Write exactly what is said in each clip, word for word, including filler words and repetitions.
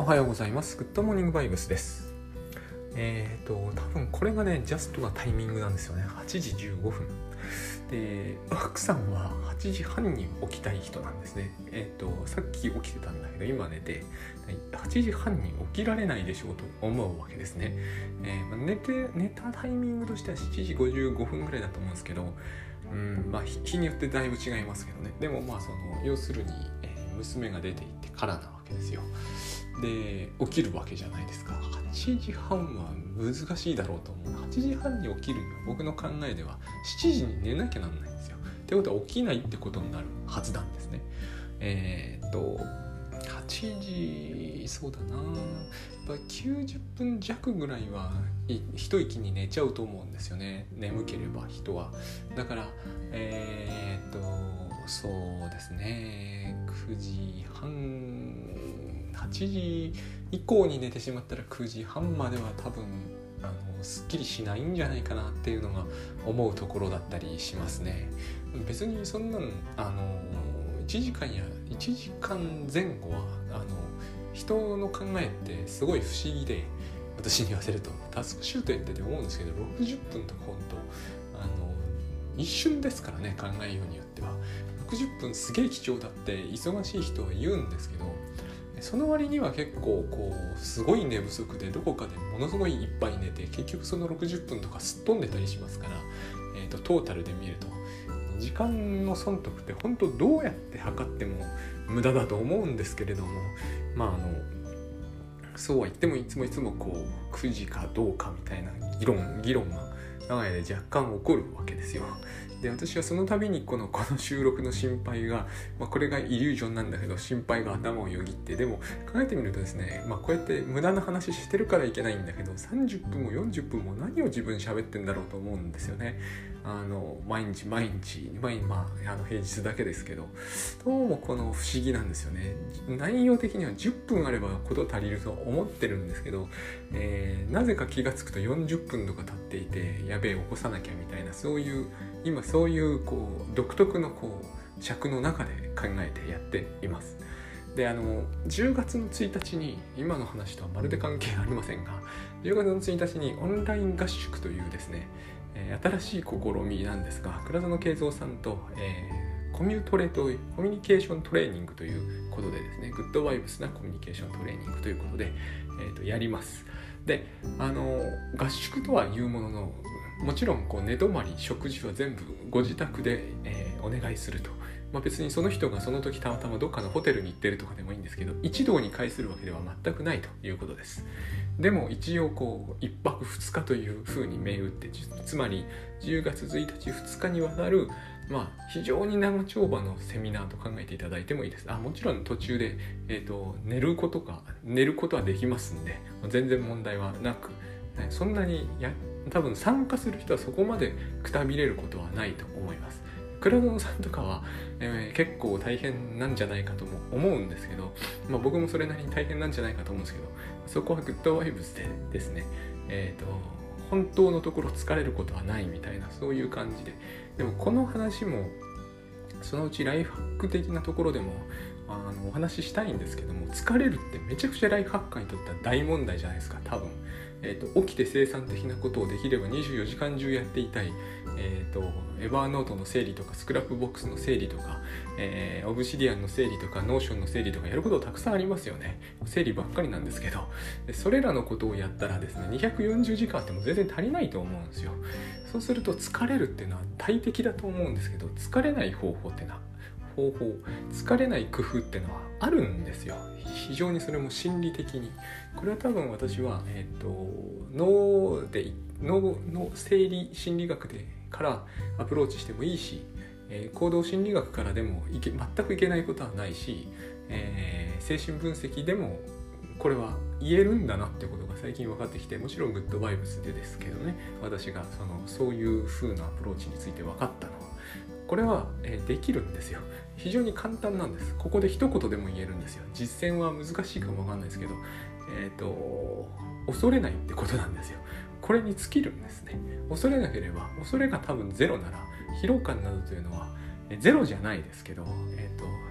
おはようございます。グッドモーニングバイブスです。えっ、ー、と多分これがねジャストなタイミングなんですよね。はちじじゅうごふんで、奥さんははちじはんに起きたい人なんですね。えっ、ー、とさっき起きてたんだけど今寝てはちじはんに起きられないでしょうと思うわけですね。えーまあ、寝て寝たタイミングとしてはしちじごじゅうごふんぐらいだと思うんですけど、うんまあ日によってだいぶ違いますけどね。でもまあその要するに、えー、娘が出ていってからなわけですよ。で起きるわけじゃないですか。はちじはんは難しいだろうと思う。はちじはんに起きるには僕の考えではしちじに寝なきゃなんないんですよ。ってことは起きないってことになるはずなんですね。えー、っとはちじそうだなやっぱきゅうじゅっぷん弱ぐらいは一息に寝ちゃうと思うんですよね。眠ければ人は。だからえー、っとそうですねくじはんはちじ以降に寝てしまったらくじはんまでは多分あのすっきりしないんじゃないかなっていうのが思うところだったりしますね。別にそんなんあのいちじかんやいちじかんぜん後はあの人の考えってすごい不思議で、私に言わせるとタスクシュートやってて思うんですけどろくじゅっぷんとか本当あの一瞬ですからね。考えようによってはろくじゅっぷんすげえ貴重だって忙しい人は言うんですけど、その割には結構こうすごい寝不足でどこかでものすごいいっぱい寝て結局そのろくじゅっぷんとかすっ飛んでたりしますから、えーと、トータルで見ると時間の損得って本当どうやって測っても無駄だと思うんですけれども、まああのそうは言ってもいつもいつもこうくじかどうかみたいな議論議論が長いで若干起こるわけですよ。で私はその度にこのこの収録の心配が、まあ、これがイリュージョンなんだけど心配が頭をよぎって、でも考えてみるとですね、まあ、こうやって無駄な話してるからいけないんだけどさんじゅっぷんもよんじゅっぷんも何を自分喋ってんだろうと思うんですよね。あの毎日毎日毎日、まあ、あの平日だけですけど、どうもこの不思議なんですよね。内容的にはじゅっぷんあればこと足りると思ってるんですけど、えー、なぜか気がつくとよんじゅっぷんとか経っていてやべえ起こさなきゃみたいな、そういう今そういうこう独特のこう尺の中で考えてやっています。であのじゅうがつのついたちに今の話とはまるで関係ありませんが、じゅうがつのついたちにオンライン合宿というですね、えー、新しい試みなんですが、倉園慶三さんと、えー、コミュトレとコミュニケーショントレーニングということでですね、グッドバイブスなコミュニケーショントレーニングということで、えー、とやります。であの合宿とはいうものの、もちろんこう寝泊まり食事は全部ご自宅で、えー、お願いすると、まあ、別にその人がその時たまたまどっかのホテルに行ってるとかでもいいんですけど、一堂に会するわけでは全くないということです。でも一応こういっぱくふつかというふうに銘打って、つまりじゅうがつついたちふつかにわたる、まあ、非常に長丁場のセミナーと考えていただいてもいいです。あもちろん途中で、えーと、寝ることか寝ることはできますんで全然問題はなく、そんなにや多分参加する人はそこまでくたびれることはないと思います。倉園さんとかは、えー、結構大変なんじゃないかとも思うんですけど、まあ、僕もそれなりに大変なんじゃないかと思うんですけど、そこはグッドバイブスでですね、えーと、本当のところ疲れることはないみたいな、そういう感じで。でもこの話もそのうちライフハック的なところでもあのお話ししたいんですけども、疲れるってめちゃくちゃライフハッカーにとっては大問題じゃないですか多分。えーと、起きて生産的なことをできればにじゅうよじかん中やっていたい、えーと、エバーノートの整理とかスクラップボックスの整理とか、えー、オブシディアンの整理とかノーションの整理とかやることたくさんありますよね。整理ばっかりなんですけど、それらのことをやったらですねにひゃくよんじゅうじかんあっても全然足りないと思うんですよ。そうすると疲れるっていうのは大敵だと思うんですけど、疲れない方法っていうのは方法疲れない工夫っていうのはあるんですよ。非常にそれも心理的に、これは多分私は、えー、と脳で脳の生理心理学でからアプローチしてもいいし、えー、行動心理学からでもいけ全くいけないことはないし、えー、精神分析でもこれは言えるんだなってことが最近分かってきて、もちろんグッドバイブスでですけどね、私がそのそういう風なアプローチについて分かったのはこれは、えー、できるんですよ。非常に簡単なんです。ここで一言でも言えるんですよ。実践は難しいかもわかんないですけど、えっと恐れないってことなんですよ。これに尽きるんですね。恐れなければ、恐れが多分ゼロなら疲労感などというのはゼロじゃないですけど、えっと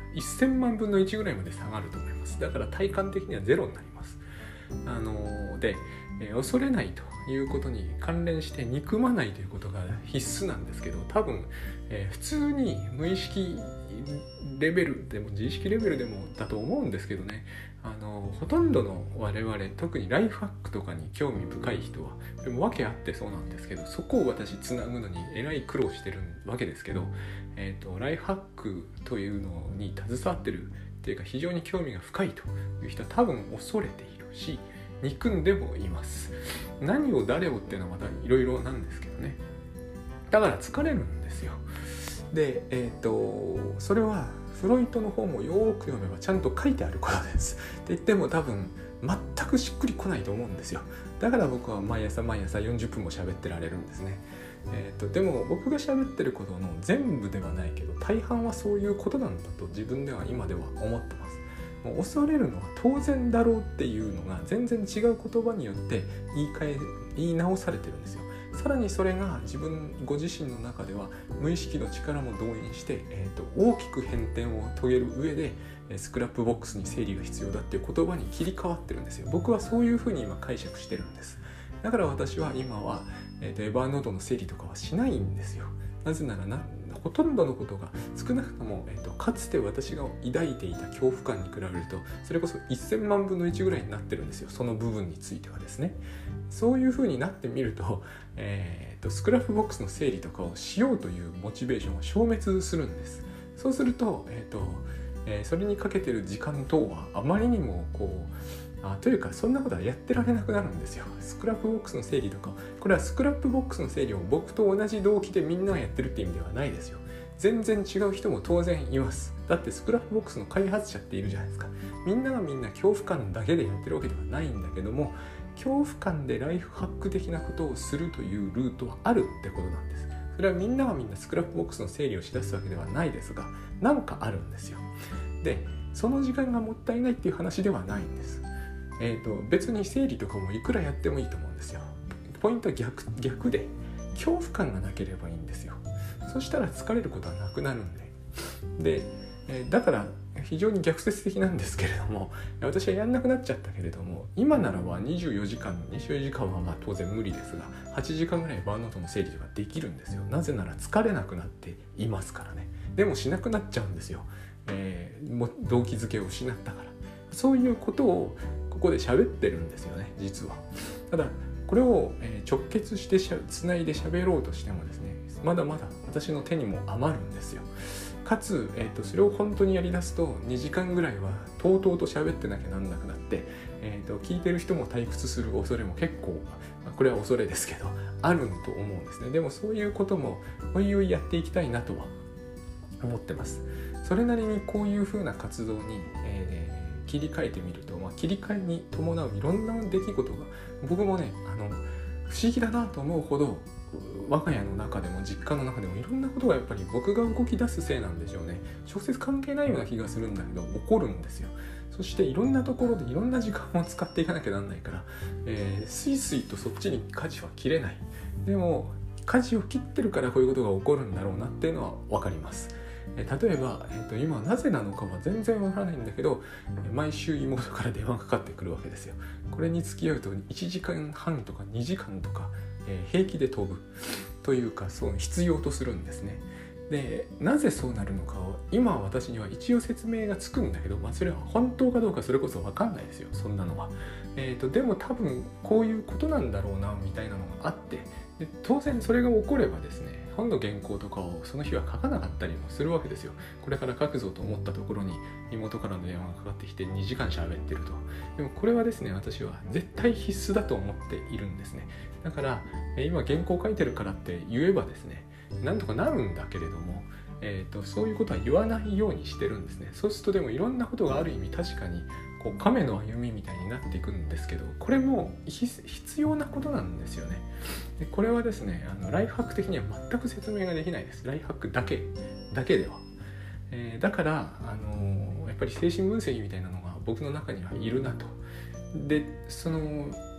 せんまんぶんのいちぐらいまで下がると思います。だから体感的にはゼロになります。あので、えー、恐れないということに関連して憎まないということが必須なんですけど、多分、えー、普通に無意識レベルでも自意識レベルでもだと思うんですけどね、あのほとんどの我々、特にライフハックとかに興味深い人はでも訳あってそうなんですけど、そこを私つなぐのにえらい苦労してるわけですけど、えーと、ライフハックというのに携わってるっていうか非常に興味が深いという人は多分恐れているし憎んでもいます。何を誰をっていうのはまたいろいろなんですけどね。だから疲れるんですよ。で、えっとそれはフロイトの方もよく読めばちゃんと書いてあることです。って言っても多分全くしっくりこないと思うんですよ。だから僕は毎朝毎朝よんじゅっぷんも喋ってられるんですね。えーと、でも僕が喋ってることの全部ではないけど大半はそういうことなんだと自分では今では思ってます。もう恐れるのは当然だろうっていうのが全然違う言葉によって言い換え言い直されてるんですよ。さらにそれが自分ご自身の中では無意識の力も動員して、えーと、大きく変転を遂げる上でスクラップボックスに整理が必要だっていう言葉に切り替わってるんですよ。僕はそういうふうに今解釈してるんです。だから私は今は、えーと、エバーノートの整理とかはしないんですよ。なぜならなほとんどのことが少なくとも、えーと、かつて私が抱いていた恐怖感に比べるとそれこそせんまんぶんのいちぐらいになってるんですよ。その部分についてはですね。そういう風になってみると、えーと、スクラップボックスの整理とかをしようというモチベーションは消滅するんです。そうすると、えーとえー、それにかけてる時間等はあまりにもこうあというかそんなことはやってられなくなるんですよ。スクラップボックスの整理とか、これはスクラップボックスの整理を僕と同じ動機でみんながやってるって意味ではないですよ。全然違う人も当然います。だってスクラップボックスの開発者っているじゃないですか。みんながみんな恐怖感だけでやってるわけではないんだけども、恐怖感でライフハック的なことをするというルートはあるってことなんです。それはみんながみんなスクラップボックスの整理をしだすわけではないですが、なんかあるんですよ。で、その時間がもったいないっていう話ではないんです。えーと、別に整理とかもいくらやってもいいと思うんですよ。ポイントは 逆, 逆で恐怖感がなければいいんですよ。そしたら疲れることはなくなるんで。で、えー、だから非常に逆説的なんですけれども、私はやんなくなっちゃったけれども、今ならばにじゅうよじかんにじゅうよじかんはまあ当然無理ですがはちじかんぐらいバーノートの整理とかできるんですよ。なぜなら疲れなくなっていますからね。でもしなくなっちゃうんですよ、えー、も動機づけを失ったから。そういうことをここで喋ってるんですよね、実は。ただこれを直結してつないで喋ろうとしてもですね、まだまだ私の手にも余るんですよ。かつ、えーと、それを本当にやり出すとにじかんぐらいはとうとうと喋ってなきゃなんなくなって、えーと、聞いてる人も退屈する恐れも結構、これは恐れですけどあると思うんですね。でもそういうこともおいおいやっていきたいなとは思ってます。それなりにこういう風な活動に、えー切り替えてみると、まあ、切り替えに伴ういろんな出来事が僕もねあの不思議だなと思うほど我が家の中でも実家の中でもいろんなことがやっぱり僕が動き出すせいなんでしょうね。直接関係ないような気がするんだけど起こるんですよ。そしていろんなところでいろんな時間を使っていかなきゃなんないから、えー、スイスイとそっちに舵は切れない。でも舵を切ってるからこういうことが起こるんだろうなっていうのは分かります。例えば、えー、と今なぜなのかは全然わからないんだけど、毎週妹から電話かかってくるわけですよ。これに付き合うといちじかんはんとかにじかんとか、えー、平気で飛ぶというかそう必要とするんですね。で、なぜそうなるのかを今私には一応説明がつくんだけど、まあ、それは本当かどうかそれこそわかんないですよ、そんなのは。えー、とでも多分こういうことなんだろうなみたいなのがあって、で当然それが起こればですね、本の原稿とかをその日は書かなかったりもするわけですよ。これから書くぞと思ったところに妹からの電話がかかってきてにじかん喋ってると。でもこれはですね、私は絶対必須だと思っているんですね。だから今原稿書いてるからって言えばですね、なんとかなるんだけれども、えーと、そういうことは言わないようにしてるんですね。そうするとでもいろんなことがある意味確かにこう亀の歩みみたいになっていくんですけど、これも必要なことなんですよね。でこれはですね、あのライフハック的には全く説明ができないです。ライフハックだけだけでは、えー、だから、あのー、やっぱり精神分析みたいなのが僕の中にはいるなと。でその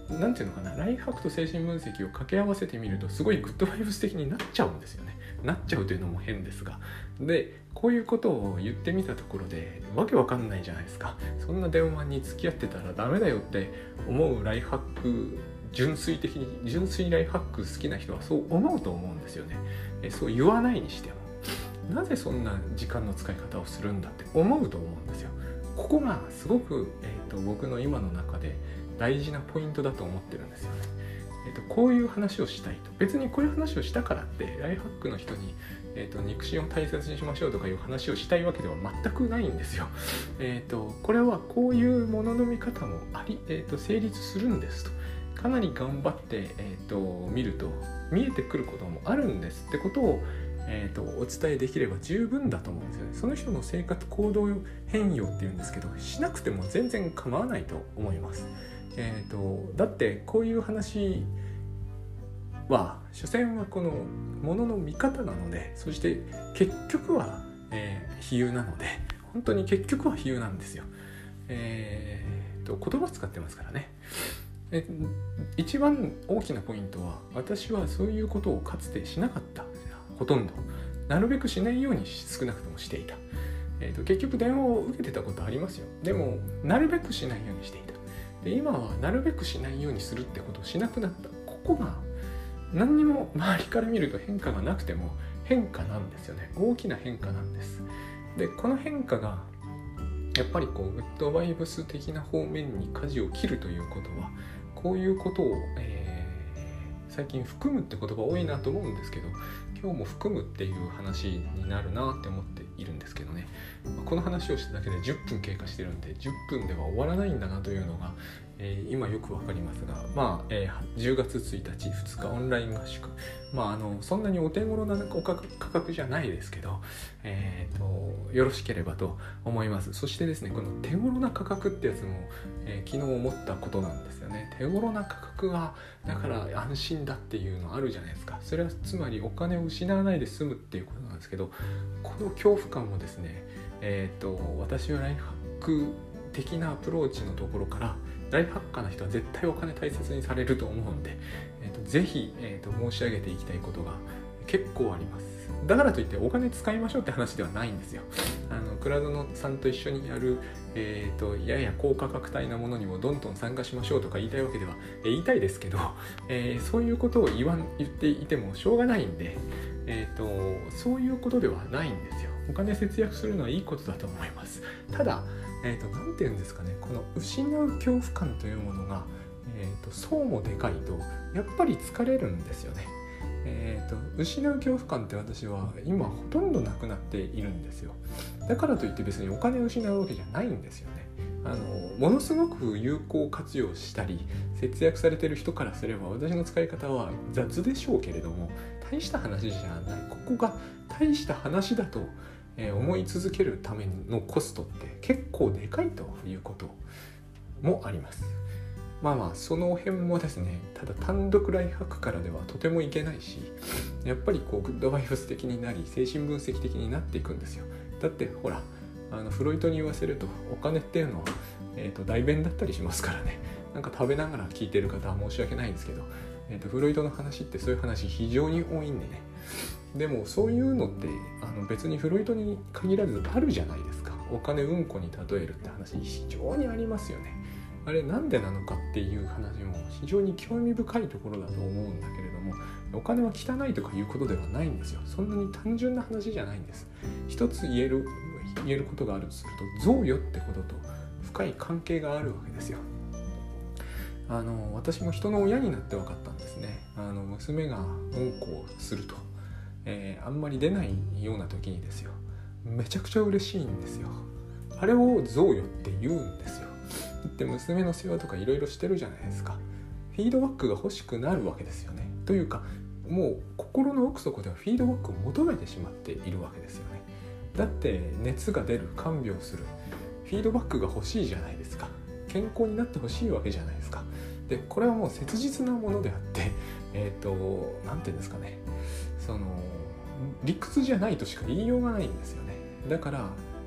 なんていうのかな、ライフハックと精神分析を掛け合わせてみるとすごいグッドバイブス的になっちゃうんですよね。なっちゃうというのも変ですが、でこういうことを言ってみたところでわけわかんないじゃないですか。そんな電話に付き合ってたらダメだよって思うライフハック、純粋的に純粋ライフハック好きな人はそう思うと思うんですよね。えそう言わないにしても、なぜそんな時間の使い方をするんだって思うと思うんですよ。ここがすごく、えーと、僕の今の中で大事なポイントだと思ってるんですよね。えーと、こういう話をしたいと、別にこういう話をしたからってライフハックの人に、えーと、肉親を大切にしましょうとかいう話をしたいわけでは全くないんですよ。えーと、これはこういうものの見方もあり、えーと、成立するんですと、かなり頑張って、えーと、見ると見えてくることもあるんですってことを、えーと、お伝えできれば十分だと思うんですよね。その人の生活行動変容っていうんですけど、しなくても全然構わないと思います。えーと、だってこういう話は所詮はこのものの見方なので、そして結局は、えー、比喩なので、本当に結局は比喩なんですよ。えーと、言葉使ってますからね。え一番大きなポイントは、私はそういうことをかつてしなかった。ほとんどなるべくしないように少なくともしていた。えーと、結局電話を受けてたことありますよ。でもなるべくしないようにしていた。で今はなるべくしないようにするってことをしなくなった。ここが何にも周りから見ると変化がなくても変化なんですよね。大きな変化なんです。でこの変化がやっぱりこうグッドバイブス的な方面に舵を切るということは、こういうことを、えー、最近含むって言葉多いなと思うんですけど、今日も含むっていう話になるなって思っているんですけどね。この話をしただけでじゅっぷん経過してるんで、じゅっぷんでは終わらないんだなというのが、えー、今よくわかりますが、まあ、えー、じゅうがつついたちふつかオンライン合宿、まああのそんなにお手頃なお価格じゃないですけど、えーと、よろしければと思います。そしてですね、この手頃な価格ってやつも、えー、昨日思ったことなんですよね。手頃な価格はだから安心だっていうのあるじゃないですか。それはつまりお金を失わないで済むっていうことなんですけど、この恐怖感もですね、えーと、私はライフハック的なアプローチのところから、ライフハッカーの人は絶対お金大切にされると思うんで、えーと、ぜひ、えーと、申し上げていきたいことが結構あります。だからといってお金使いましょうって話ではないんですよ。あのクラウドのさんと一緒にやる、えーと、やや高価格帯なものにもどんどん参加しましょうとか言いたいわけでは、えー、言いたいですけど、えー、そういうことを言わん言っていてもしょうがないんで、えーと、そういうことではないんですよ。お金節約するのはいいことだと思います。ただ、えーと、なんていうんですかね、この失う恐怖感というものが、えーと、そうもでかいとやっぱり疲れるんですよね。えーと、失う恐怖感って私は今ほとんどなくなっているんですよ。だからといって別にお金を失うわけじゃないんですよね。あのものすごく有効活用したり節約されてる人からすれば、私の使い方は雑でしょうけれども大した話じゃない。ここが大した話だと思い続けるためのコストって結構でかいということもあります。まあまあその辺もですね、ただ単独ライフハックからではとてもいけないし、やっぱりこうグッドバイブス的になり精神分析的になっていくんですよ。だってほら、あのフロイトに言わせるとお金っていうのは、えーと代弁だったりしますからね。なんか食べながら聞いてる方は申し訳ないんですけど、えーとフロイトの話ってそういう話非常に多いんでね。でもそういうのってあの別にフロイトに限らずあるじゃないですか。お金うんこに例えるって話非常にありますよね。あれなんでなのかっていう話も非常に興味深いところだと思うんだけれども、お金は汚いとかいうことではないんですよ。そんなに単純な話じゃないんです。一つ言える言えることがあるとすると、贈与ってことと深い関係があるわけですよ。あの私も人の親になって分かったんですね。あの娘がうんこをすると、えー、あんまり出ないような時にですよ、めちゃくちゃ嬉しいんですよ。あれを贈与って言うんですよ。で娘の世話とかいろいろしてるじゃないですか。フィードバックが欲しくなるわけですよね。というかもう心の奥底ではフィードバックを求めてしまっているわけですよね。だって熱が出る、看病する、フィードバックが欲しいじゃないですか。健康になってほしいわけじゃないですか。でこれはもう切実なものであって、えっとなんていうんですかね、その理屈じゃないとしか言いようがないんですよね。だから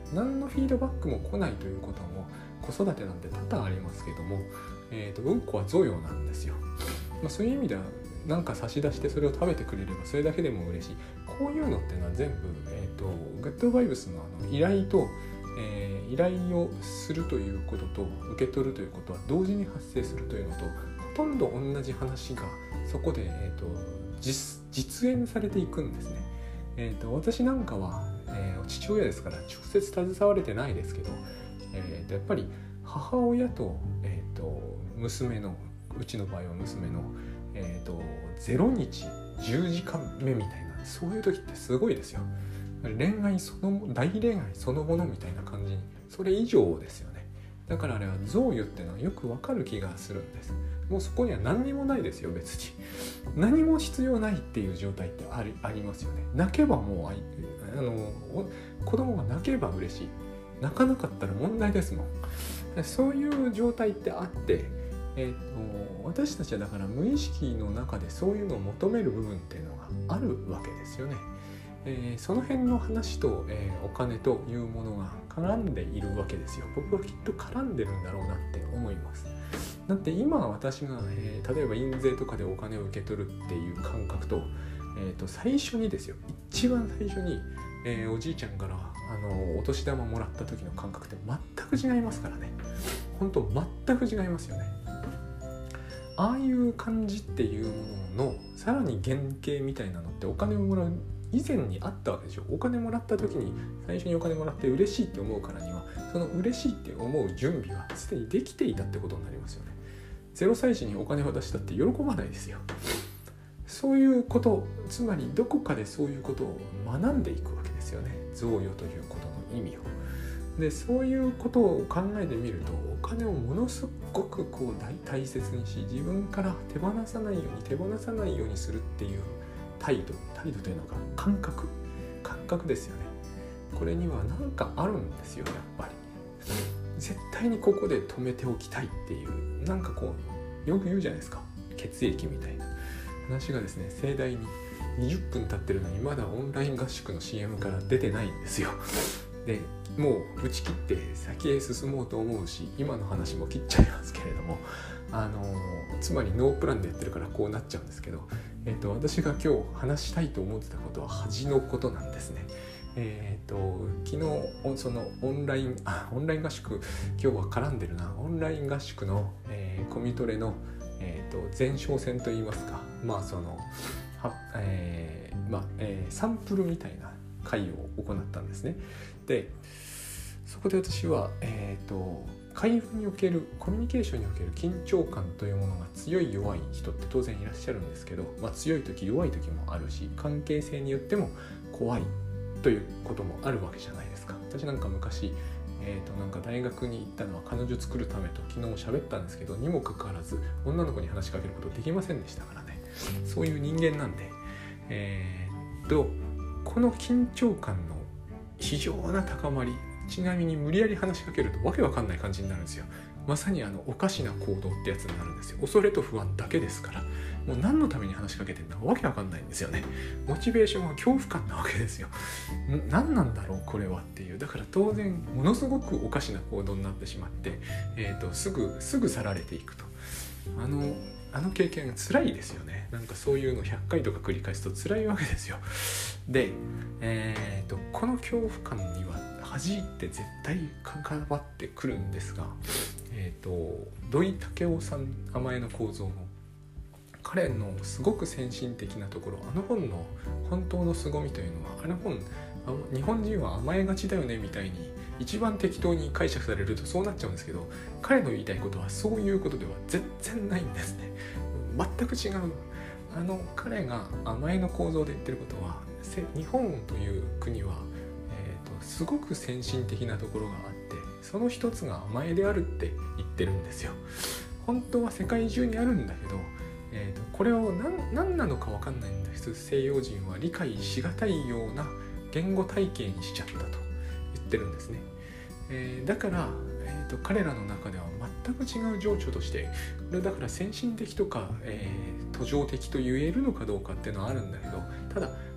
何のフィードバックも来ないということも子育てなんて多々ありますけども、えーと、うんこは贈与なんですよ。まあ、そういう意味では何か差し出してそれを食べてくれればそれだけでも嬉しい。こういうのっていうのは全部、えーと、グッドバイブスのあの依頼と、えー、依頼をするということと受け取るということは同時に発生するというのと、ほとんど同じ話がそこで、えーと、実, 実演されていくんですね。えーと、私なんかは、えー、父親ですから直接携われてないですけど、えーと、やっぱり母親と、えーと、娘のうちの場合は娘のえーと、ゼロにちじゅうじかんめみたいな、そういう時ってすごいですよ。恋愛その大恋愛そのものみたいな感じに、それ以上ですよね。だからあれは贈与っていうのはよくわかる気がするんです。もうそこには何にもないですよ。別に何も必要ないっていう状態ってあり、ありますよね。泣けばもうあの子供が泣けば嬉しい、泣かなかったら問題ですもん。そういう状態ってあって、えーと、私たちはだから無意識の中でそういうのを求める部分っていうのがあるわけですよね。えー、その辺の話と、えー、お金というものが絡んでいるわけですよ。僕はきっと絡んでるんだろうなって思います。だって今私が、えー、例えば印税とかでお金を受け取るっていう感覚と、えーと、最初にですよ、一番最初に、えー、おじいちゃんからあのお年玉もらった時の感覚って全く違いますからね。本当全く違いますよね。ああいう感じっていうもののさらに原型みたいなのってお金をもらう以前にあったわけでしょ。お金もらった時に最初にお金もらって嬉しいって思うからには、その嬉しいって思う準備はすでにできていたってことになりますよね。ゼロさい児にお金を渡したって喜ばないですよ。そういうこと、つまりどこかでそういうことを学んでいくわけですよね。贈与ということの意味を。でそういうことを考えてみると、お金をものすごくこう 大, 大切にし、自分から手放さないように手放さないようにするっていう態度態度というのが感覚感覚ですよね。これには何かあるんですよ。やっぱり絶対にここで止めておきたいっていう、なんかこうよく言うじゃないですか、血液みたいな話がですね、盛大ににじゅっぷん経ってるのにまだオンライン合宿の シーエム から出てないんですよ。でもう打ち切って先へ進もうと思うし、今の話も切っちゃいますけれども、あのつまりノープランでやってるからこうなっちゃうんですけど、えーと、私が今日話したいと思ってたことは恥のことなんですね。えーと、昨日そのオンラインあオンライン合宿、今日は絡んでるな、オンライン合宿の、えー、コミトレの、えーと、前哨戦といいますか、まあそのは、えーまあえー、サンプルみたいな会を行ったんですね。でそこで私は、えーと、会話におけるコミュニケーションにおける緊張感というものが強い弱い人って当然いらっしゃるんですけど、まあ、強い時弱い時もあるし、関係性によっても怖いということもあるわけじゃないですか。私なんか昔、えーと、なんか大学に行ったのは彼女作るためと昨日喋ったんですけど、にもかかわらず女の子に話しかけることできませんでしたからね。そういう人間なんで、えーとこの緊張感の非常な高まり、ちなみに無理やり話しかけるとわけわかんない感じになるんですよ。まさにあのおかしな行動ってやつになるんですよ。恐れと不安だけですから、もう何のために話しかけてるのかわけわかんないんですよね。モチベーションは恐怖感なわけですよ。何なんだろうこれはっていう。だから当然ものすごくおかしな行動になってしまって、えーと、すぐすぐ去られていくと。あのあの経験辛いですよね。なんかそういうのひゃっかいとか繰り返すと辛いわけですよ。で、えーと、この恐怖感には恥って絶対関わってくるんですが、えーと、土井武雄さん、甘えの構造の彼のすごく先進的なところ、あの本の本当の凄みというのは、あの本日本人は甘えがちだよねみたいに一番適当に解釈されるとそうなっちゃうんですけど、彼の言いたいことはそういうことでは全然ないんですね。全く違う。あの彼が甘えの構造で言ってることは、日本という国は、えーと、すごく先進的なところがあって、その一つが甘えであるって言ってるんですよ。本当は世界中にあるんだけど、えーと、これを 何, 何なのか分かんないんです西洋人は理解しがたいような言語体系にしちゃったと言ってるんですね。えー、だから、えーと、彼らの中では全く違う情緒として、これだから先進的とか、えー、途上的と言えるのかどうかっていうのはあるんだけど、ただ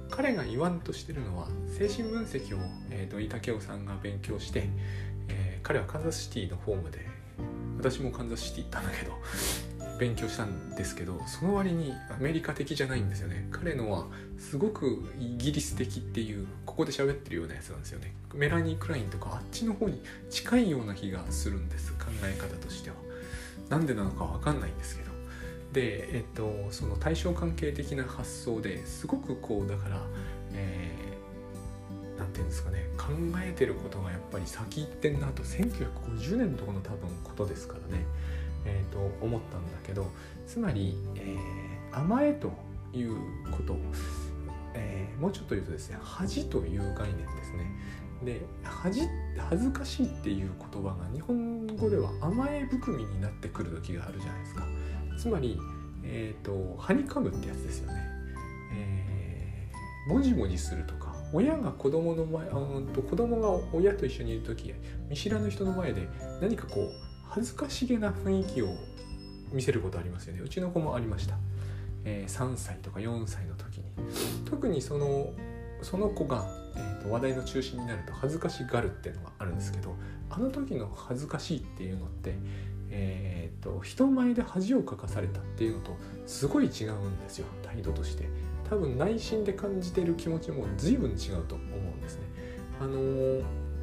彼が言わんとしてるのは精神分析を、えー、土井武雄さんが勉強して、えー、彼はカンザスシティのホームで、私もカンザスシティ行ったんだけど勉強したんですけど、その割にアメリカ的じゃないんですよね。彼のはすごくイギリス的っていう、ここで喋ってるようなやつなんですよね。メラニー・クラインとかあっちの方に近いような気がするんです、考え方としては。なんでなのかわかんないんですけど、で、えっと、その対象関係的な発想ですごくこうだから、えー、なんていうんですかね、考えてることがやっぱり先行ってんなと、せんきゅうひゃくごじゅうねんとかの多分ことですからね、えー、と思ったんだけど、つまり、えー、甘えということ、えー、もうちょっと言うとですね、恥という概念ですね。で、恥、恥ずかしいっていう言葉が日本語では甘え含みになってくる時があるじゃないですか。つまり、えー、とはにかむってやつですよね。えー、もじもじするとか、親が子供の前、あと子供が親と一緒にいる時、見知らぬ人の前で何かこう恥ずかしげな雰囲気を見せることありますよね。うちの子もありました。えー、さんさいとかよんさいの時に、特にそのその子が、えー、と話題の中心になると恥ずかしがるっていうのがあるんですけど、あの時の恥ずかしいっていうのって、えー、と人前で恥をかかされたっていうのとすごい違うんですよ、態度として。多分内心で感じている気持ちも随分違うと思うんですね。あのー、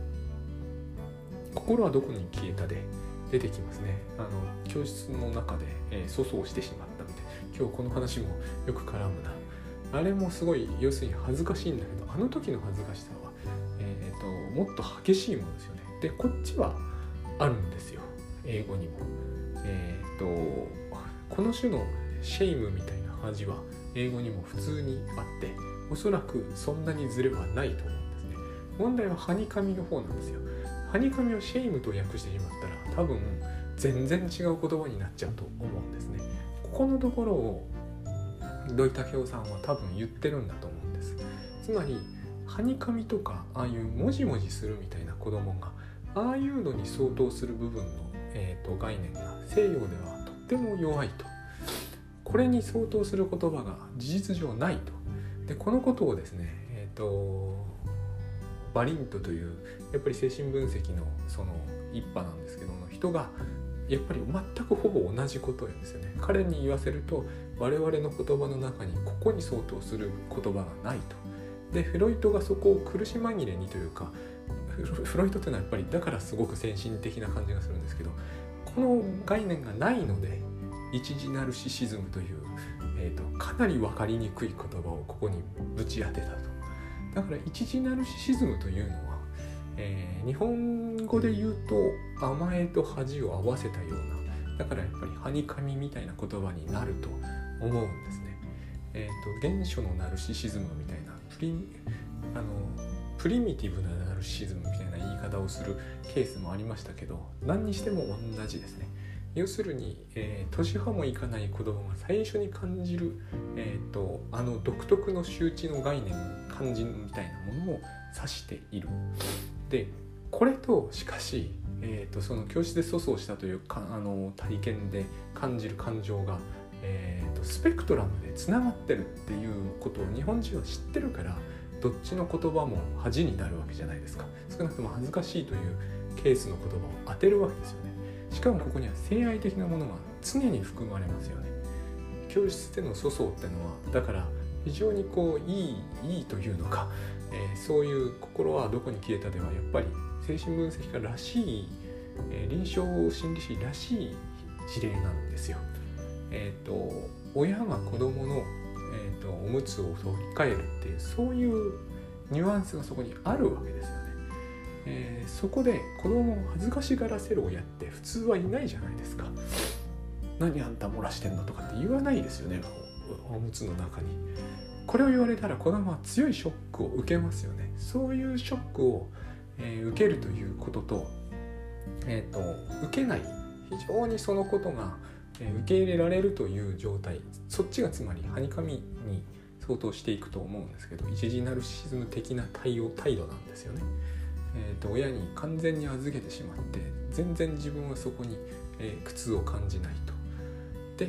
心はどこに消えたで出てきますね。あの教室の中で、えー、粗相をしてしまったみたいな、今日この話もよく絡むな。あれもすごい、要するに恥ずかしいんだけど、あの時の恥ずかしさは、えー、ともっと激しいものですよね。で、こっちはあるんですよ、英語にも。えー、とこの種のシェイムみたいな恥は英語にも普通にあって、おそらくそんなにズレはないと思うんですね。問題ははにかみの方なんですよ。はにかみをシェイムと訳してしまったら多分全然違う言葉になっちゃうと思うんですね。ここのところを土井武雄さんは多分言ってるんだと思うんです。つまりはにかみとかああいうもじもじするみたいな子供がああいうのに相当する部分の、えー、と概念が西洋ではとっても弱いと。これに相当する言葉が事実上ないと。で、このことをですね、えー、とバリントというやっぱり精神分析のその一派なんですけども、人がやっぱり全くほぼ同じことを言うんですよね。彼に言わせると、我々の言葉の中にここに相当する言葉がないと。で、フロイトがそこを苦し紛れにというか、フロイトってのはやっぱりだからすごく先進的な感じがするんですけど、この概念がないので一時ナルシシズムという、えーと、かなり分かりにくい言葉をここにぶち当てたと。だから一時ナルシシズムというのは、えー、日本語で言うと甘えと恥を合わせたような、だからやっぱりはにかみみたいな言葉になると思うんですね。えーと、原初のナルシシズムみたいなプリ、あのプリミティブなナルシシズムみたいな言い方をするケースもありましたけど、何にしても同じですね。要するに、えー、年派もいかない子供が最初に感じる、えーと、あの独特の周知の概念、感じみたいなものを指している。で、これとしかし、えーと、その教室で粗相したというかあの体験で感じる感情が、えーと、スペクトラムでつながってるっていうことを日本人は知ってるから、どっちの言葉も恥になるわけじゃないですか。少なくとも恥ずかしいというケースの言葉を当てるわけですよね。しかもここには性愛的なものが常に含まれますよね。教室での粗相ってのはだから非常にこういいいいというのか、えー、そういう心はどこに消えたではやっぱり精神分析家らしい、えー、臨床心理士らしい事例なんですよ。えっと親が子供の、えー、とおむつを取り替えるっていう、そういうニュアンスがそこにあるわけですよね。えー、そこで子供を恥ずかしがらせる親って普通はいないじゃないですか。何あんた漏らしてんのとかって言わないですよね、おむつの中に。これを言われたら子供は強いショックを受けますよね。そういうショックを、えー、受けるということと、えーと、受けない、非常にそのことが、えー、受け入れられるという状態、そっちがつまりはにかみに相当していくと思うんですけど、一時ナルシシズム的な対応態度なんですよね。えーと、親に完全に預けてしまって全然自分はそこに、えー、苦痛を感じないと。で、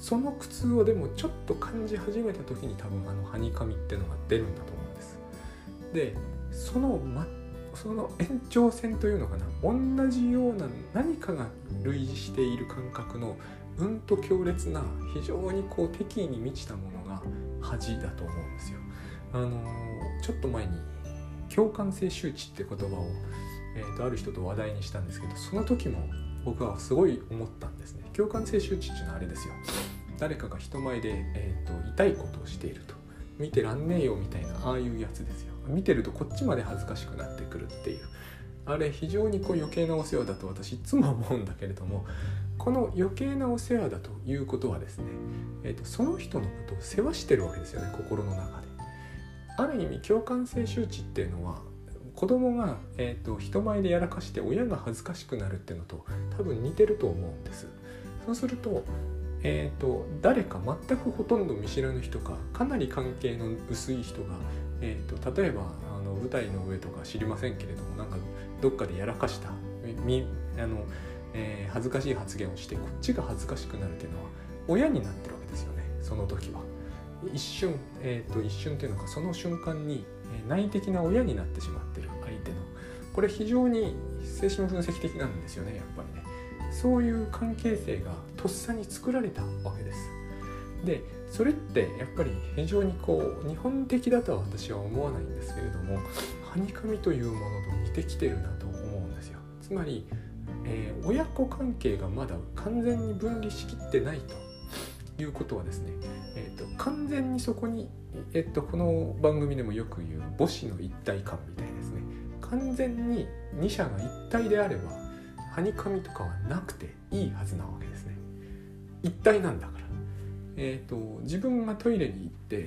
その苦痛をでもちょっと感じ始めた時に多分あのはにかみっていうのが出るんだと思うんです。でその、ま、その延長線というのかな、同じような何かが類似している感覚のうんと強烈な非常にこう敵意に満ちたものが恥だと思うんですよ。あのちょっと前に共感性周知って言葉を、えー、とある人と話題にしたんですけど、その時も僕はすごい思ったんですね。共感性周知っていうのはあれですよ、誰かが人前で、えー、と痛いことをしていると、見てらんねえよみたいな、ああいうやつですよ。見てるとこっちまで恥ずかしくなってくるっていう、あれ非常にこう余計なお世話だと私いつも思うんだけれども、この余計なお世話だということはですね、えー、とその人のことを世話してるわけですよね、心の中で。ある意味共感性周知っていうのは、子供が、えー、と人前でやらかして親が恥ずかしくなるっていうのと多分似てると思うんです。そうすると、えー、と誰か全くほとんど見知らぬ人かかなり関係の薄い人が、えー、と例えばあの舞台の上とか知りませんけれども、なんかどっかでやらかしたみあの、えー、恥ずかしい発言をしてこっちが恥ずかしくなるっていうのは親になってるわけですよね。その時は一瞬、えー、と一瞬というのか、その瞬間に内的な親になってしまってる相手の、これ非常に精神分析的なんですよね、やっぱりね。そういう関係性がとっさに作られたわけです。でそれってやっぱり非常にこう日本的だとは私は思わないんですけれども、はにかみというものと似てきてるなと思うんですよ。つまり、えー、親子関係がまだ完全に分離しきってないということはですね、えー、と完全にそこに、えー、とこの番組でもよく言う母子の一体感みたいですね。完全にに者が一体であればはにかみとかはなくていいはずなわけですね。一体なんだから、えー、と自分がトイレに行って、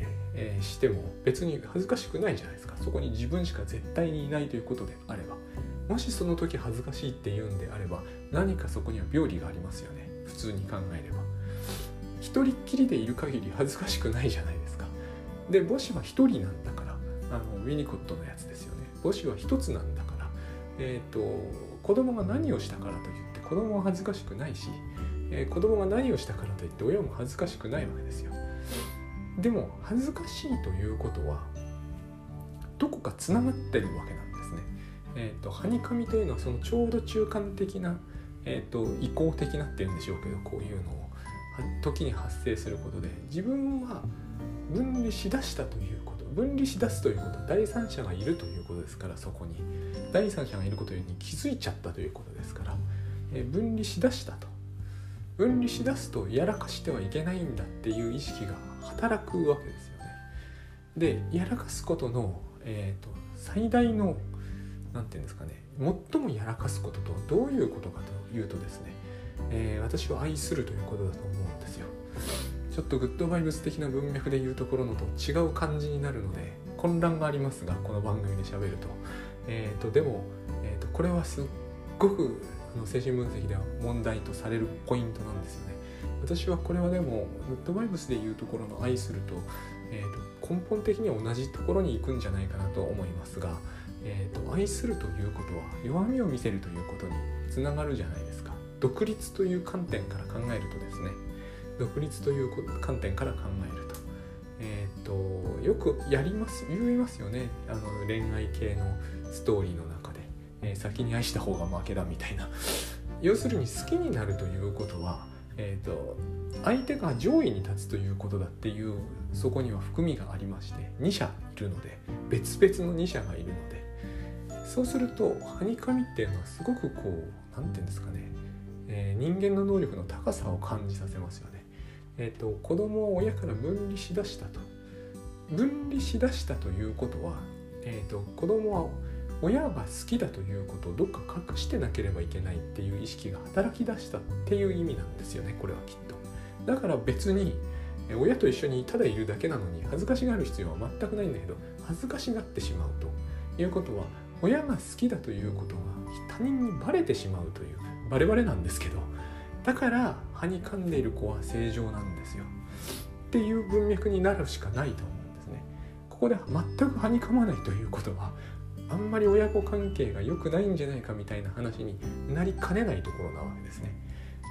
えー、しても別に恥ずかしくないじゃないですか。そこに自分しか絶対にいないということであれば、もしその時恥ずかしいって言うんであれば、何かそこには病理がありますよね、普通に考えれば。一人っきりでいる限り恥ずかしくないじゃないですか。で母子は一人なんだから、あのウィニコットのやつですよね。母子は一つなんだから、えー、と子供が何をしたからといって子供は恥ずかしくないし、えー、子供が何をしたからといって親も恥ずかしくないわけですよ。でも恥ずかしいということはどこかつながってるわけなんですね。えー、とはにかみというのはそのちょうど中間的な、えー、と移行的なっていうんでしょうけど、こういうのを時に発生することで自分は分離しだしたということ、分離しだすということは第三者がいるということですから、そこに第三者がいることに気づいちゃったということですから、えー、分離しだしたと、分離しだすとやらかしてはいけないんだっていう意識が働くわけですよね。でやらかすことの、えー、と最大のなんていうんですかね、最もやらかすこととどういうことかというとですね、えー、私は愛するということだと思うんですよ。ちょっとグッドバイブス的な文脈で言うところのと違う感じになるので混乱がありますが、この番組で喋ると、えー、とでも、えー、とこれはすっごくあの精神分析では問題とされるポイントなんですよね。私はこれはでもグッドバイブスで言うところの愛すると、えー、と根本的には同じところに行くんじゃないかなと思いますが、えー、と愛するということは弱みを見せるということにつながるじゃないですか。独立という観点から考えるとですね、独立という観点から考えると、えー、とよくやります言いますよね、あの恋愛系のストーリーの中で、えー、先に愛した方が負けだみたいな要するに好きになるということは、えー、と相手が上位に立つということだっていう、そこには含みがありまして、に者いるので、別々のに者がいるので、そうするとはにかみっていうのはすごくこうなんていうんですかね、えー、人間の能力の高さを感じさせますよね。えー、と子供を親から分離しだしたと分離しだしたということは、えー、と子供は親が好きだということをどっか隠してなければいけないっていう意識が働き出したっていう意味なんですよね、これはきっと。だから別に親と一緒にただいるだけなのに恥ずかしがる必要は全くないんだけど、恥ずかしがってしまうということは、親が好きだということが他人にバレてしまうという、バレバレなんですけど、だからはにかんでいる子は正常なんですよっていう文脈になるしかないと思うんですね。ここで全くはにかまないということは、あんまり親子関係が良くないんじゃないかみたいな話になりかねないところなわけですね。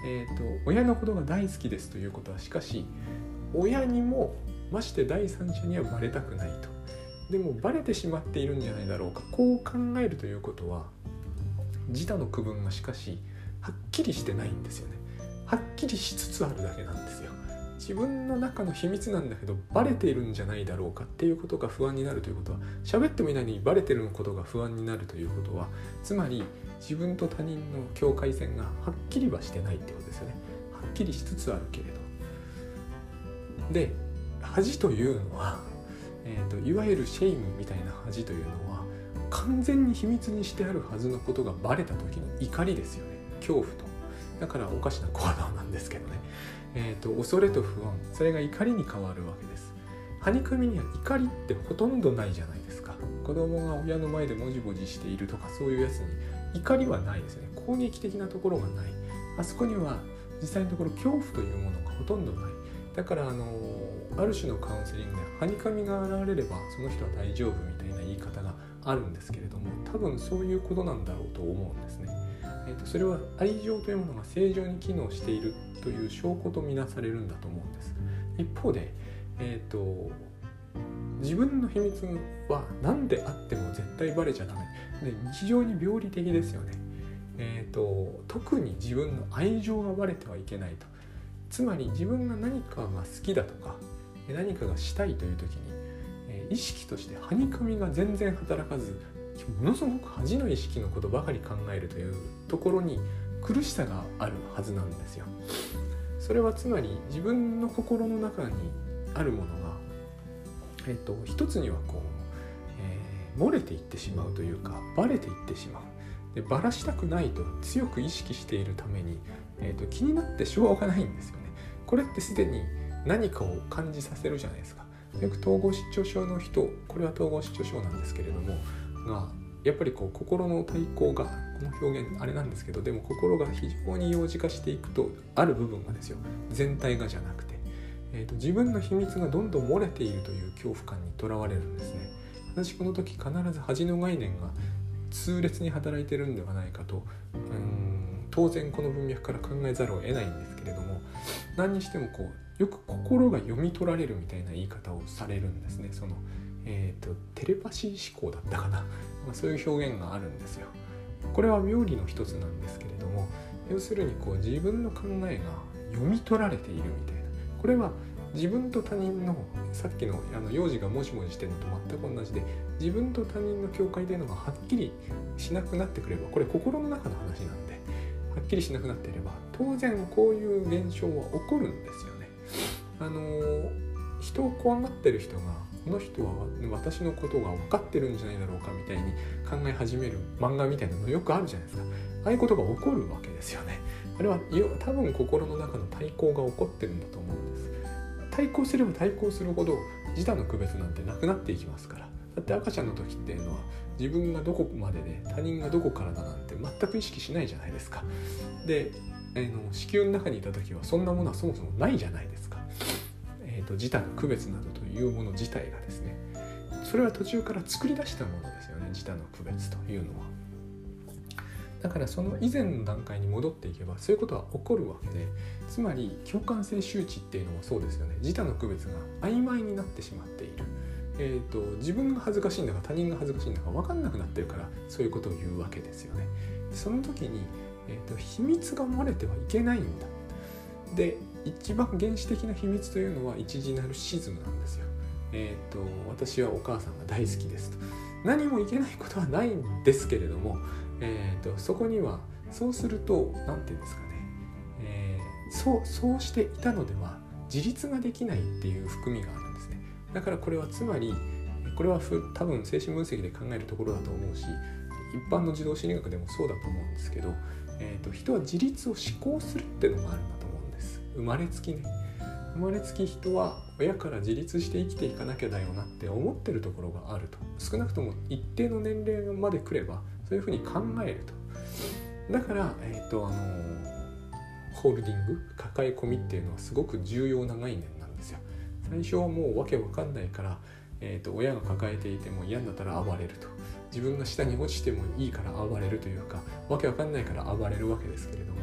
えーと、親のことが大好きですということはしかし親にもまして第三者にはバレたくないと。でもバレてしまっているんじゃないだろうか、こう考えるということは自他の区分がしかしはっきりしてないんですよね。はっきりしつつあるだけなんですよ。自分の中の秘密なんだけどバレているんじゃないだろうかっていうことが不安になるということは、喋ってもいないのにバレてることが不安になるということは、つまり自分と他人の境界線がはっきりはしてないってことですよね。はっきりしつつあるけれど。で、恥というのは、えーと、いわゆるシェイムみたいな恥というのは完全に秘密にしてあるはずのことがバレた時の怒りですよね。恐怖と。だからおかしな行動なんですけどね。えーと、恐れと不安、それが怒りに変わるわけです。はにかみには怒りってほとんどないじゃないですか。子供が親の前でもじもじしているとかそういうやつに怒りはないですね。攻撃的なところがない。あそこには実際のところ恐怖というものがほとんどない。だからあのある種のカウンセリングではにかみが現れればその人は大丈夫みたいな言い方があるんですけれども、多分そういうことなんだろうと思うんですね。えーと、それは愛情というものが正常に機能しているという証拠とみなされるんだと思うんです。一方で、えーと、自分の秘密は何であっても絶対バレちゃダメで、非常に病理的ですよね。えーと、特に自分の愛情がバレてはいけないと。つまり自分が何かが好きだとか何かがしたいという時に、えー、意識としてはにかみが全然働かず、ものすごく恥の意識のことばかり考えるというところに苦しさがあるはずなんですよ。それはつまり自分の心の中にあるものが、えーと、一つにはこう、えー、漏れていってしまうというかバレていってしまう。で、バラしたくないと強く意識しているために、えーと、気になってしょうがないんですよね。これってすでに何かを感じさせるじゃないですか。よく統合失調症の人、これは統合失調症なんですけれどもが、やっぱりこう心の対抗が、この表現あれなんですけど、でも心が非常に幼児化していくとある部分がですよ、全体がじゃなくて、えーと、自分の秘密がどんどん漏れているという恐怖感にとらわれるんですね。私この時必ず恥の概念が痛烈に働いてるんではないかと、うーん当然この文脈から考えざるを得ないんですけれども、何にしてもこうよく心が読み取られるみたいな言い方をされるんですね。その、えーと、テレパシー思考だったかな、まあ、そういう表現があるんですよ。これは妙理の一つなんですけれども、要するにこう自分の考えが読み取られているみたいな、これは自分と他人のさっきのあの幼児がもじもじしてるのと全く同じで、自分と他人の境界というのがはっきりしなくなってくれば、これ心の中の話なんで、はっきりしなくなっていれば当然こういう現象は起こるんですよね。あの人を怖がってる人が、この人は私のことが分かってるんじゃないだろうかみたいに考え始める漫画みたいなのよくあるじゃないですか。ああいうことが起こるわけですよね。あれは多分心の中の対抗が起こってるんだと思うんです。対抗すれば対抗するほど自他の区別なんてなくなっていきますから。だって赤ちゃんの時っていうのは自分がどこまでで他人がどこからだなんて全く意識しないじゃないですか。で、あの子宮の中にいた時はそんなものはそもそもないじゃないですか。えーと、自他の区別などというもの自体がですね、それは途中から作り出したものですよね、自他の区別というのは。だからその以前の段階に戻っていけばそういうことは起こるわけで、つまり共感性周知っていうのもそうですよね。自他の区別が曖昧になってしまっている。えーと、自分が恥ずかしいんだか他人が恥ずかしいんだか分かんなくなってるからそういうことを言うわけですよね。その時に、えーと、秘密が漏れてはいけないんだ。で、一番原始的な秘密というのは一時ナルシズムなんですよ。えーと、私はお母さんが大好きですと。何もいけないことはないんですけれども、えーと、そこにはそうすると何て言うんですかね、えー、そう、そうしていたのでは自立ができないっていう含みがあるんですね。だからこれはつまりこれは多分精神分析で考えるところだと思うし、一般の児童心理学でもそうだと思うんですけど、えーと、人は自立を思考するっていうのがあるんだと思うんです。生まれつきね生まれつき人は親から自立して生きていかなきゃだよなって思ってるところがあると。少なくとも一定の年齢まで来ればそういうふうに考えると。だから、えーとあのー、ホールディング抱え込みっていうのはすごく重要な概念なんですよ。最初はもうわけわかんないから、えーと親が抱えていても嫌になったら暴れると。自分が下に落ちてもいいから暴れるというか、わけわかんないから暴れるわけですけれども、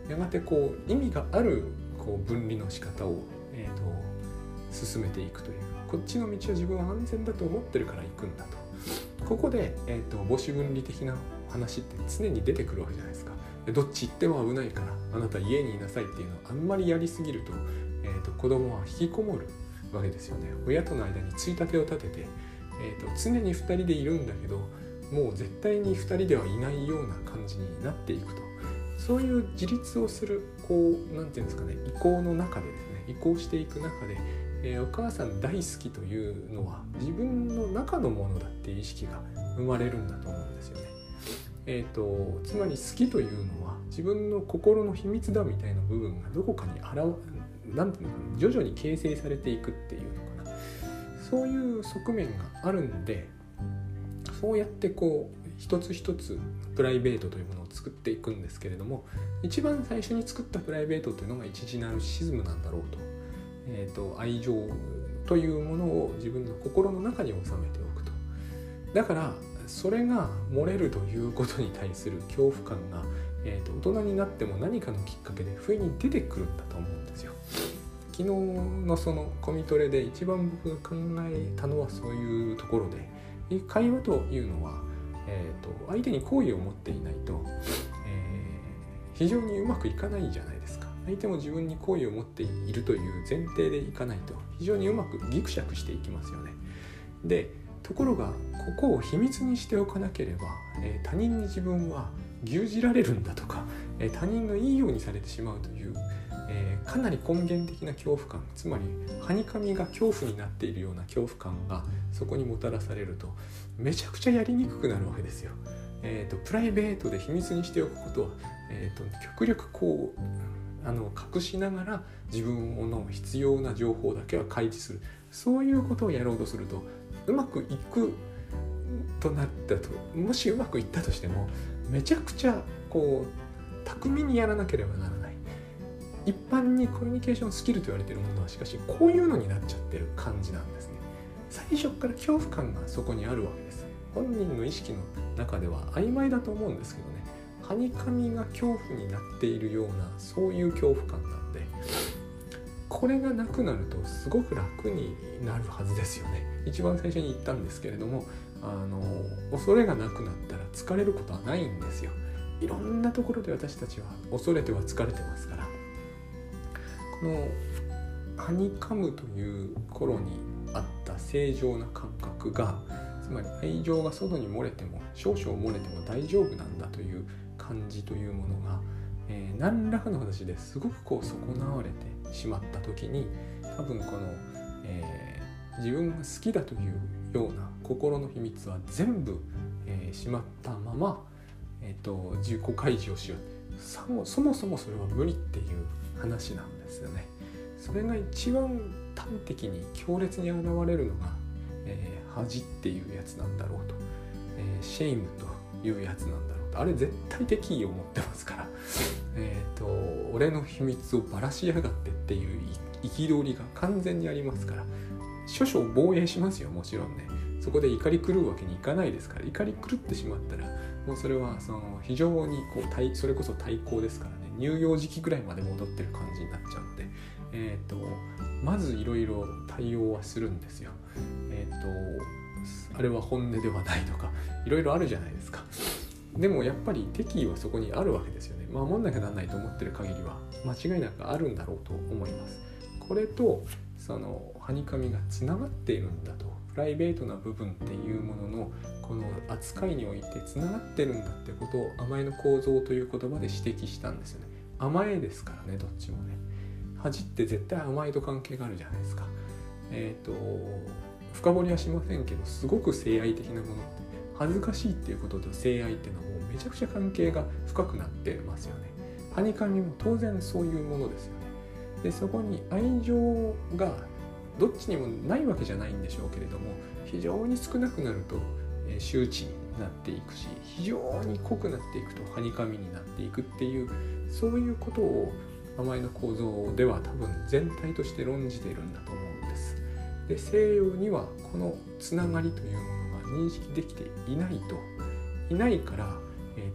やがてこう意味があるこう分離の仕方を、えー、と進めていくという、こっちの道は自分は安全だと思ってるから行くんだと。ここで、えー、と母子分離的な話って常に出てくるわけじゃないですか。でどっち行っても危ないからあなた家にいなさいっていうのをあんまりやりすぎると、えー、と子供は引きこもるわけですよね。親との間についたてを立てて、えー、と常にふたりでいるんだけどもう絶対にふたりではいないような感じになっていくと、そういう自立をするこうなんていうんですかね、移行の中でですね、移行していく中で、えー、お母さん大好きというのは自分の中のものだっていう意識が生まれるんだと思うんですよね。えーと、つまり好きというのは自分の心の秘密だみたいな部分がどこかに現なんていうのかな、徐々に形成されていくっていうのかな、そういう側面があるんで、そうやってこう一つ一つプライベートというものを作っていくんですけれども、一番最初に作ったプライベートというのが一時ナルシズムなんだろうと、えーと、愛情というものを自分の心の中に収めておくと。だからそれが漏れるということに対する恐怖感が、えーと、大人になっても何かのきっかけで不意に出てくるんだと思うんですよ。昨日のそのコミトレで一番僕が考えたのはそういうところで、会話というのは、えーと、相手に好意を持っていないと、えー、非常にうまくいかないじゃないですか。相手も自分に好意を持っているという前提でいかないと非常にうまくギクシャクしていきますよね。でところがここを秘密にしておかなければ、えー、他人に自分は牛耳られるんだとか、えー、他人のいいようにされてしまうという、えー、かなり根源的な恐怖感、つまりはにかみが恐怖になっているような恐怖感がそこにもたらされるとめちゃくちゃやりにくくなるわけですよ。えーと、プライベートで秘密にしておくことは、えーと、極力こうあの隠しながら自分の必要な情報だけは開示する、そういうことをやろうとするとうまくいくとなったと、もしうまくいったとしてもめちゃくちゃこう巧みにやらなければならない。一般にコミュニケーションスキルと言われているものはしかしこういうのになっちゃってる感じなんですね。最初から恐怖感がそこにあるわけです。本人の意識の中では曖昧だと思うんですけどね、はにかみが恐怖になっているようなそういう恐怖感なんで、これがなくなるとすごく楽になるはずですよね。一番最初に言ったんですけれども、あの恐れがなくなったら疲れることはないんですよ。いろんなところで私たちは恐れては疲れてますから、このはにかむという頃にあった正常な感覚が、つまり愛情が外に漏れても少々漏れても大丈夫なんだという感じというものが、えー、何らかの形ですごくこう損なわれてしまった時に、多分この、えー、自分が好きだというような心の秘密は全部、えー、しまったまま、えーと、自己開示をしよう、そもそもそもそれは無理っていう話なんですよね。それが一番端的に強烈に現れるのが、えー、恥っていうやつなんだろうと、えー、シェイムというやつなんだろうと、あれ絶対敵意を持ってますから、えーと俺の秘密をばらしやがってっていう憤りが完全にありますから、少々防衛しますよ、もちろんね。そこで怒り狂うわけにいかないですから、怒り狂ってしまったらもうそれはその非常にこう対それこそ対抗ですからね、乳幼児期ぐらいまで戻ってる感じになっちゃうんで、えーとまずいろいろ対応はするんですよ。えーとあれは本音ではないとかいろいろあるじゃないですか。でもやっぱり敵意はそこにあるわけですよね。守んなきゃならないと思ってる限りは間違いなくあるんだろうと思います。これとそのはにかみがつながっているんだと、プライベートな部分っていうもののこの扱いにおいてつながってるんだってことを甘えの構造という言葉で指摘したんですよね。甘えですからね、どっちもね。恥って絶対甘えと関係があるじゃないですか。えっと深掘りはしませんけど、すごく性愛的なものって、恥ずかしいっていうことと性愛っていうのはもうめちゃくちゃ関係が深くなってますよね。はにかみも当然そういうものですよね。でそこに愛情がどっちにもないわけじゃないんでしょうけれども、非常に少なくなると、えー、周知になっていくし、非常に濃くなっていくとはにかみになっていくっていう、そういうことを甘えの構造では多分全体として論じているんだと思うんです。で西洋にはこのつながりというものが認識できていないといないから、えーと、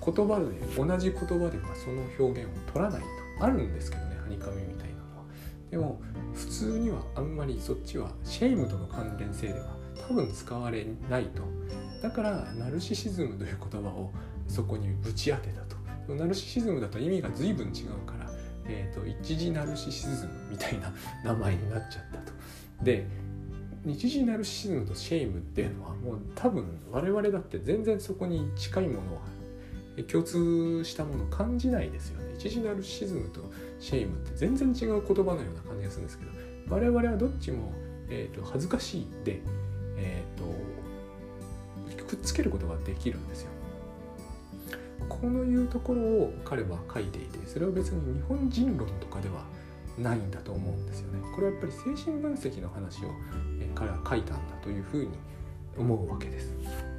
言葉で同じ言葉ではその表現を取らないとあるんですけどね、はにかみみたいなのは。でも普通にはあんまりそっちはシェイムとの関連性では多分使われないと。だからナルシシズムという言葉をそこにぶち当てたと。ナルシシズムだと意味が随分違うから、えーと、一次ナルシシズムみたいな名前になっちゃったと。で、一次ナルシシズムとシェイムっていうのはもう多分我々だって全然そこに近いものは共通したものを感じないですよね。一次ナルシズムとシェイムって全然違う言葉のような感じがするんですけど、我々はどっちも、えーと、恥ずかしいで、えーと、くっつけることができるんですよ。このいうところを彼は書いていて、それは別に日本人論とかではないんだと思うんですよね。これはやっぱり精神分析の話を彼は書いたんだというふうに思うわけです。